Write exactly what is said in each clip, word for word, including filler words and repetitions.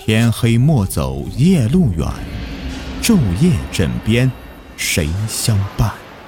天黑莫走夜路远，昼夜枕边谁相伴？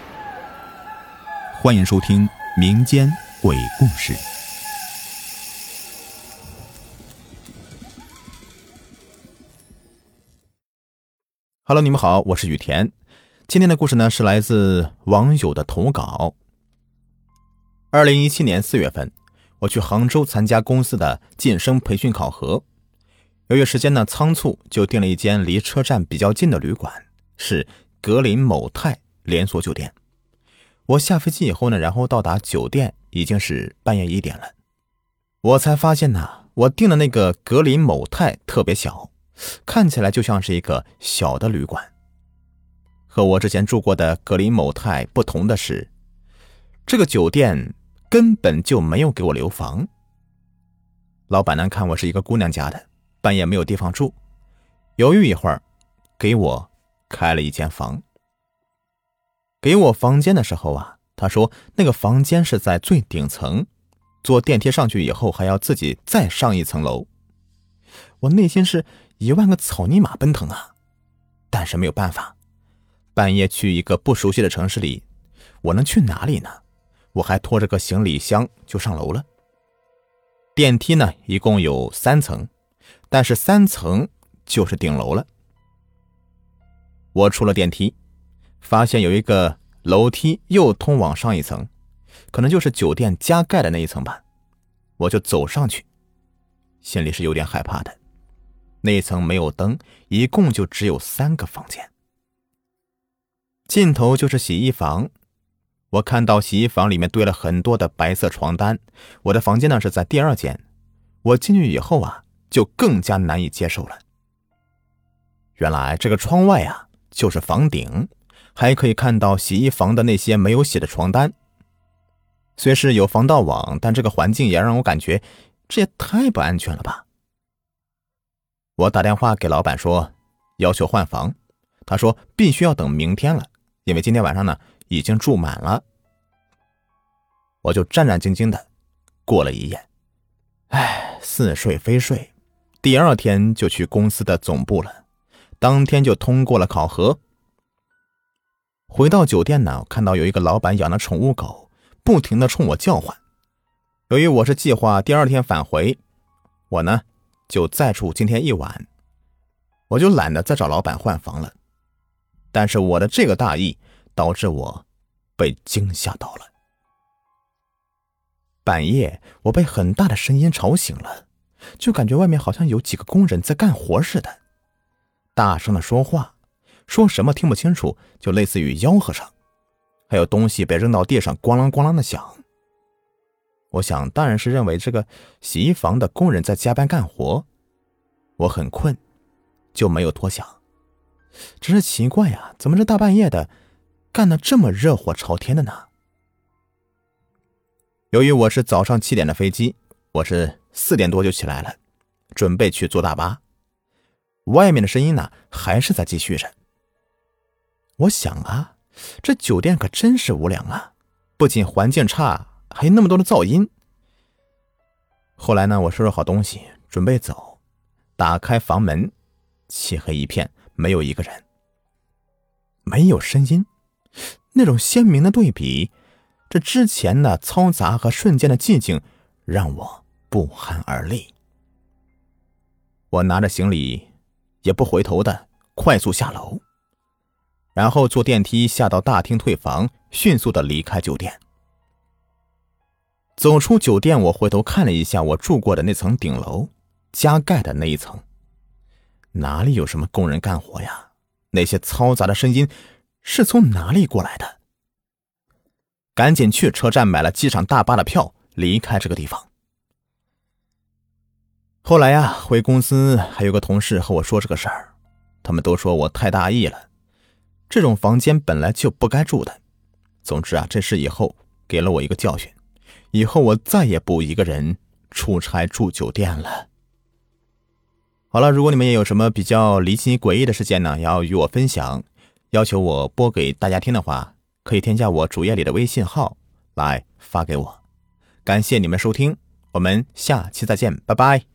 欢迎收听民间鬼故事。Hello， 你们好，我是雨田。今天的故事呢是来自网友的投稿。二零一七年四月份，我去杭州参加公司的晋升培训考核。由于时间呢仓促，就订了一间离车站比较近的旅馆，是格林某泰连锁酒店。我下飞机以后呢，然后到达酒店已经是半夜一点了。我才发现呢，我订的那个格林某泰特别小，看起来就像是一个小的旅馆。和我之前住过的格林某泰不同的是，这个酒店根本就没有给我留房。老板呢看我是一个姑娘家的，半夜没有地方住，犹豫一会儿，给我开了一间房。给我房间的时候啊，他说那个房间是在最顶层，坐电梯上去以后还要自己再上一层楼。我内心是一万个草泥马奔腾啊，但是没有办法，半夜去一个不熟悉的城市里，我能去哪里呢？我还拖着个行李箱就上楼了。电梯呢一共有三层，但是三层就是顶楼了。我出了电梯，发现有一个楼梯又通往上一层，可能就是酒店加盖的那一层吧。我就走上去，心里是有点害怕的。那一层没有灯，一共就只有三个房间。尽头就是洗衣房，我看到洗衣房里面堆了很多的白色床单，我的房间呢是在第二间。我进去以后啊，就更加难以接受了。原来这个窗外啊就是房顶，还可以看到洗衣房的那些没有洗的床单。虽是有防盗网，但这个环境也让我感觉这也太不安全了吧。我打电话给老板说要求换房，他说必须要等明天了，因为今天晚上呢已经住满了。我就战战兢兢的过了一夜，唉，似睡非睡。第二天就去公司的总部了，当天就通过了考核。回到酒店呢，看到有一个老板养的宠物狗不停的冲我叫唤。由于我是计划第二天返回，我呢就再住今天一晚，我就懒得再找老板换房了。但是我的这个大意导致我被惊吓到了。半夜我被很大的声音吵醒了，就感觉外面好像有几个工人在干活似的，大声的说话，说什么听不清楚，就类似于吆喝声，还有东西被扔到地上咣啷咣啷的响。我想当然是认为这个洗衣房的工人在加班干活。我很困，就没有多想。只是奇怪啊，怎么这大半夜的干得这么热火朝天的呢？由于我是早上七点的飞机，我是四点多就起来了，准备去坐大巴。外面的声音呢还是在继续着。我想啊，这酒店可真是无良啊，不仅环境差，还有那么多的噪音。后来呢，我收拾好东西准备走，打开房门，漆黑一片，没有一个人，没有声音。那种鲜明的对比，这之前的嘈杂和瞬间的寂静让我不寒而栗。我拿着行李也不回头的快速下楼，然后坐电梯下到大厅退房，迅速的离开酒店。走出酒店，我回头看了一下我住过的那层顶楼，加盖的那一层，哪里有什么工人干活呀？那些嘈杂的声音是从哪里过来的？赶紧去车站买了机场大巴的票，离开这个地方。后来呀，回公司还有个同事和我说这个事儿，他们都说我太大意了，这种房间本来就不该住的。总之啊，这事以后给了我一个教训，以后我再也不一个人出差住酒店了。好了，如果你们也有什么比较离奇诡异的事件呢，要与我分享，要求我播给大家听的话，可以添加我主页里的微信号来发给我。感谢你们收听，我们下期再见，拜拜。